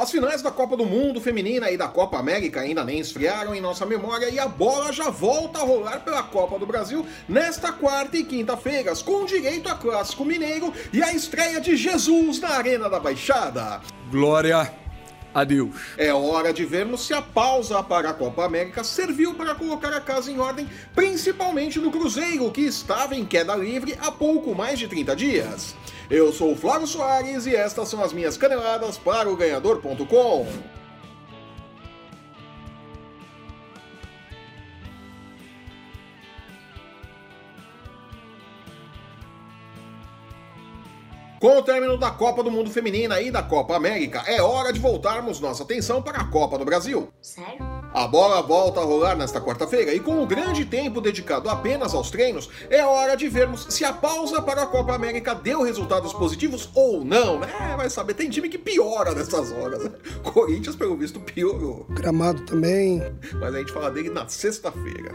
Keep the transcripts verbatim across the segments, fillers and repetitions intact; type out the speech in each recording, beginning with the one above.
As finais da Copa do Mundo Feminina e da Copa América ainda nem esfriaram em nossa memória e a bola já volta a rolar pela Copa do Brasil nesta quarta e quinta-feiras, com direito a Clássico Mineiro e a estreia de Jesus na Arena da Baixada. Glória a Deus. É hora de vermos se a pausa para a Copa América serviu para colocar a casa em ordem, principalmente no Cruzeiro, que estava em queda livre há pouco mais de trinta dias. Eu sou o Flávio Soares e estas são as minhas caneladas para o ganhador ponto com. Com o término da Copa do Mundo Feminina e da Copa América, é hora de voltarmos nossa atenção para a Copa do Brasil. Sério? A bola volta a rolar nesta quarta-feira e com o grande tempo dedicado apenas aos treinos, é hora de vermos se a pausa para a Copa América deu resultados positivos ou não, né? Vai saber, tem time que piora nessas horas, né? Corinthians, pelo visto, piorou. Gramado também. Mas a gente fala dele na sexta-feira.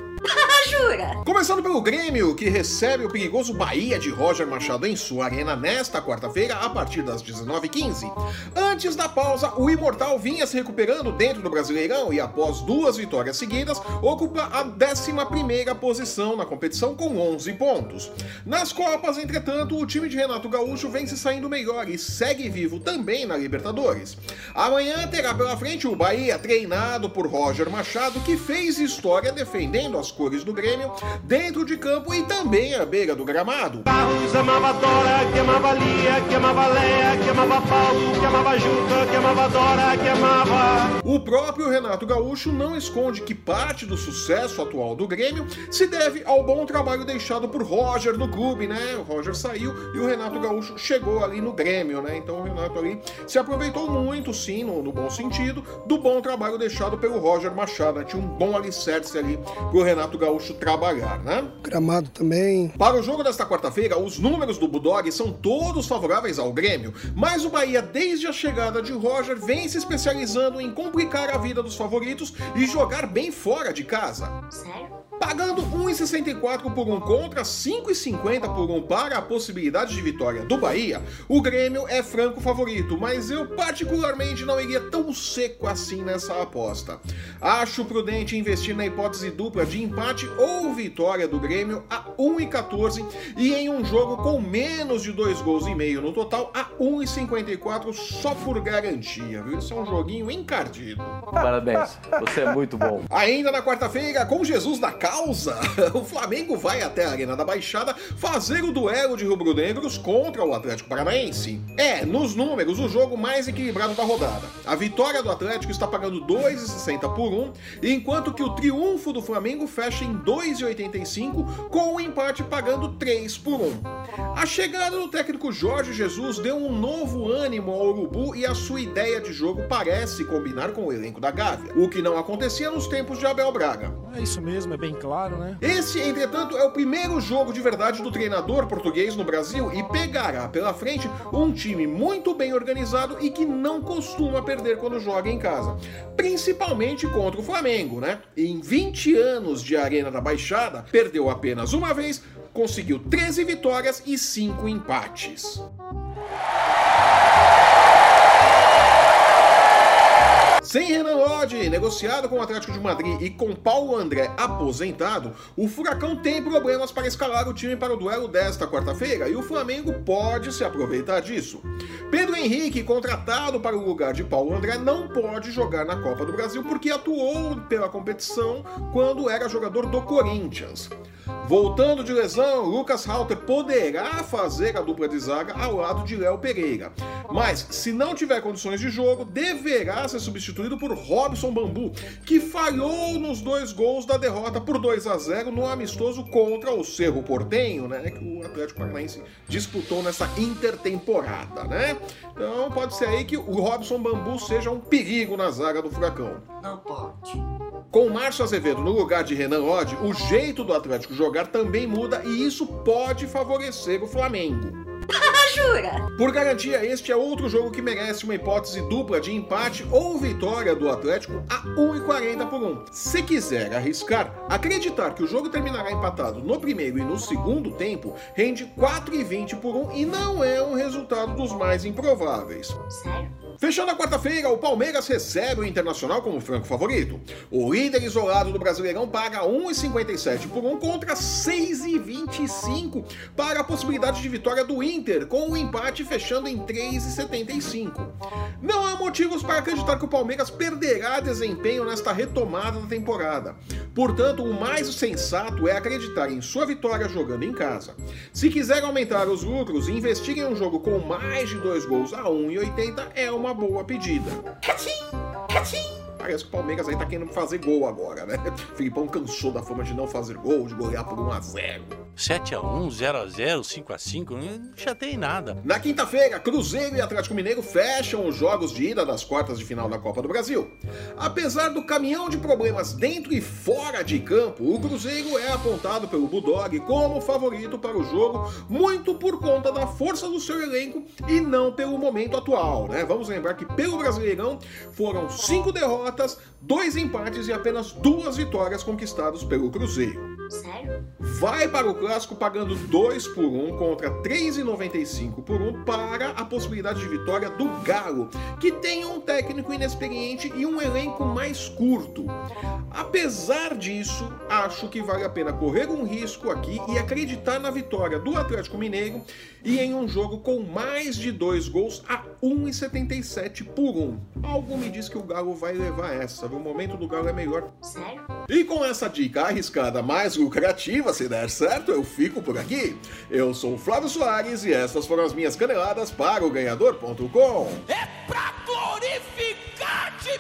Jura? Começando pelo Grêmio, que recebe o perigoso Bahia de Roger Machado em sua arena nesta quarta-feira, a partir das dezenove e quinze. Antes da pausa, o Imortal vinha se recuperando dentro do Brasileirão e, após duas vitórias seguidas, ocupa a décima primeira posição na competição com onze pontos. Nas Copas, entretanto, o time de Renato Gaúcho vem se saindo melhor e segue vivo também na Libertadores. Amanhã terá pela frente o Bahia, treinado por Roger Machado, que fez história defendendo as cores do Grêmio dentro de campo e também à beira do gramado. Carlos amava Dora, que amava Lia, que amava Leia, que amava Paulo, que amava Juca, que amava Dora, que amava... O próprio Renato Gaúcho não esconde que parte do sucesso atual do Grêmio se deve ao bom trabalho deixado por Roger no clube, né? O Roger saiu e o Renato Gaúcho chegou ali no Grêmio, né? Então o Renato ali se aproveitou muito, sim, no, no bom sentido, do bom trabalho deixado pelo Roger Machado, né? Tinha um bom alicerce ali pro Renato Gaúcho trabalhar, né? Gramado também. Para o jogo desta quarta-feira, os números do Bulldog são todos favoráveis ao Grêmio, mas o Bahia, desde a chegada de Roger, vem se especializando em complicar a vida dos favoritos e jogar bem fora de casa. Sério? Pagando um real e sessenta e quatro por um contra cinco reais e cinquenta por um para a possibilidade de vitória do Bahia, o Grêmio é franco favorito, mas eu particularmente não iria tão seco assim nessa aposta. Acho prudente investir na hipótese dupla de empate ou vitória do Grêmio a um real e quatorze e em um jogo com menos de dois gols e meio no total a um real e cinquenta e quatro só por garantia, viu? Isso é um joguinho encardido. Parabéns, você é muito bom. Ainda na quarta-feira, com Jesus na causa, o Flamengo vai até a Arena da Baixada fazer o duelo de rubro-negros contra o Atlético Paranaense. É, nos números, o jogo mais equilibrado da rodada. A vitória do Atlético está pagando dois reais e sessenta por um, enquanto que o triunfo do Flamengo fecha em dois reais e oitenta e cinco, com o empate pagando três por um. A chegada do técnico Jorge Jesus deu um novo ânimo ao Urubu e a sua ideia de jogo parece combinar com o elenco da Gávea, o que não acontecia nos tempos de Abel Braga. É isso mesmo, é bem claro, né? Esse, entretanto, é o primeiro jogo de verdade do treinador português no Brasil e pegará pela frente um time muito bem organizado e que não costuma perder quando joga em casa. Principalmente contra o Flamengo, né? Em vinte anos de Arena da Baixada, perdeu apenas uma vez, conseguiu treze vitórias e cinco empates. Sem Renan Lodge, negociado com o Atlético de Madrid e com Paulo André aposentado, o Furacão tem problemas para escalar o time para o duelo desta quarta-feira e o Flamengo pode se aproveitar disso. Pedro Henrique, contratado para o lugar de Paulo André, não pode jogar na Copa do Brasil porque atuou pela competição quando era jogador do Corinthians. Voltando de lesão, Lucas Halter poderá fazer a dupla de zaga ao lado de Léo Pereira. Mas, se não tiver condições de jogo, deverá ser substituído por Robson Bambu, que falhou nos dois gols da derrota por dois a zero no amistoso contra o Cerro Porteño, né, que o Atlético Paranaense disputou nessa intertemporada, né? Então pode ser aí que o Robson Bambu seja um perigo na zaga do Furacão. Não pode. Com Márcio Azevedo no lugar de Renan Lodge, o jeito do Atlético jogar também muda e isso pode favorecer o Flamengo. Jura? Por garantia, este é outro jogo que merece uma hipótese dupla de empate ou vitória do Atlético a um real e quarenta por um. Se quiser arriscar, acreditar que o jogo terminará empatado no primeiro e no segundo tempo, rende quatro reais e vinte por um e não é um resultado dos mais improváveis. Sério? Fechando a quarta-feira, o Palmeiras recebe o Internacional como franco favorito. O líder isolado do Brasileirão paga um e cinquenta e sete por um contra seis e vinte e cinco para a possibilidade de vitória do Inter, com o empate fechando em três e setenta e cinco. Não há motivos para acreditar que o Palmeiras perderá desempenho nesta retomada da temporada. Portanto, o mais sensato é acreditar em sua vitória jogando em casa. Se quiser aumentar os lucros e investir em um jogo com mais de dois gols a um e oitenta, é uma boa pedida. Catim, catim. Parece que o Palmeiras aí tá querendo fazer gol agora, né? Filipão cansou da fama de não fazer gol, de golear por um a zero. sete a um, zero a zero, cinco a cinco, não chatei nada. Na quinta-feira, Cruzeiro e Atlético Mineiro fecham os jogos de ida das quartas de final da Copa do Brasil. Apesar do caminhão de problemas dentro e fora de campo, o Cruzeiro é apontado pelo Bulldog como favorito para o jogo, muito por conta da força do seu elenco e não pelo momento atual, né? Vamos lembrar que pelo Brasileirão foram cinco derrotas, dois empates e apenas duas vitórias conquistadas pelo Cruzeiro. Sério? Vai para o clássico pagando dois por um contra três e noventa e cinco por um para a possibilidade de vitória do Galo, que tem um técnico inexperiente e um elenco mais curto. Apesar disso, acho que vale a pena correr um risco aqui e acreditar na vitória do Atlético Mineiro e em um jogo com mais de dois gols a um e setenta e sete por um. Algo me diz que o Galo vai levar essa, o momento do Galo é melhor. Sério? E com essa dica arriscada mais lucrativa, se der certo, eu fico por aqui. Eu sou o Flávio Soares e essas foram as minhas caneladas para o ganhador ponto com. É pra glorificar de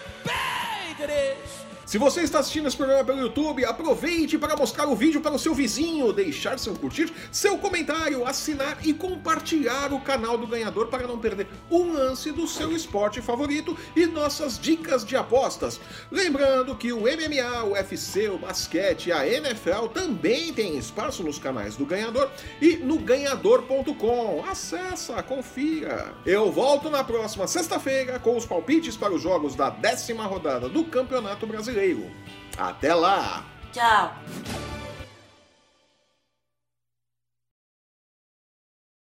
Pedres! Se você está assistindo esse programa pelo YouTube, aproveite para mostrar o vídeo para o seu vizinho, deixar seu curtir, seu comentário, assinar e compartilhar o canal do Ganhador para não perder um lance do seu esporte favorito e nossas dicas de apostas. Lembrando que o M M A, o U F C, o basquete e a N F L também tem espaço nos canais do Ganhador e no ganhador ponto com. Acessa, confira. Eu volto na próxima sexta-feira com os palpites para os jogos da décima rodada do Campeonato Brasileiro. Até lá! Tchau!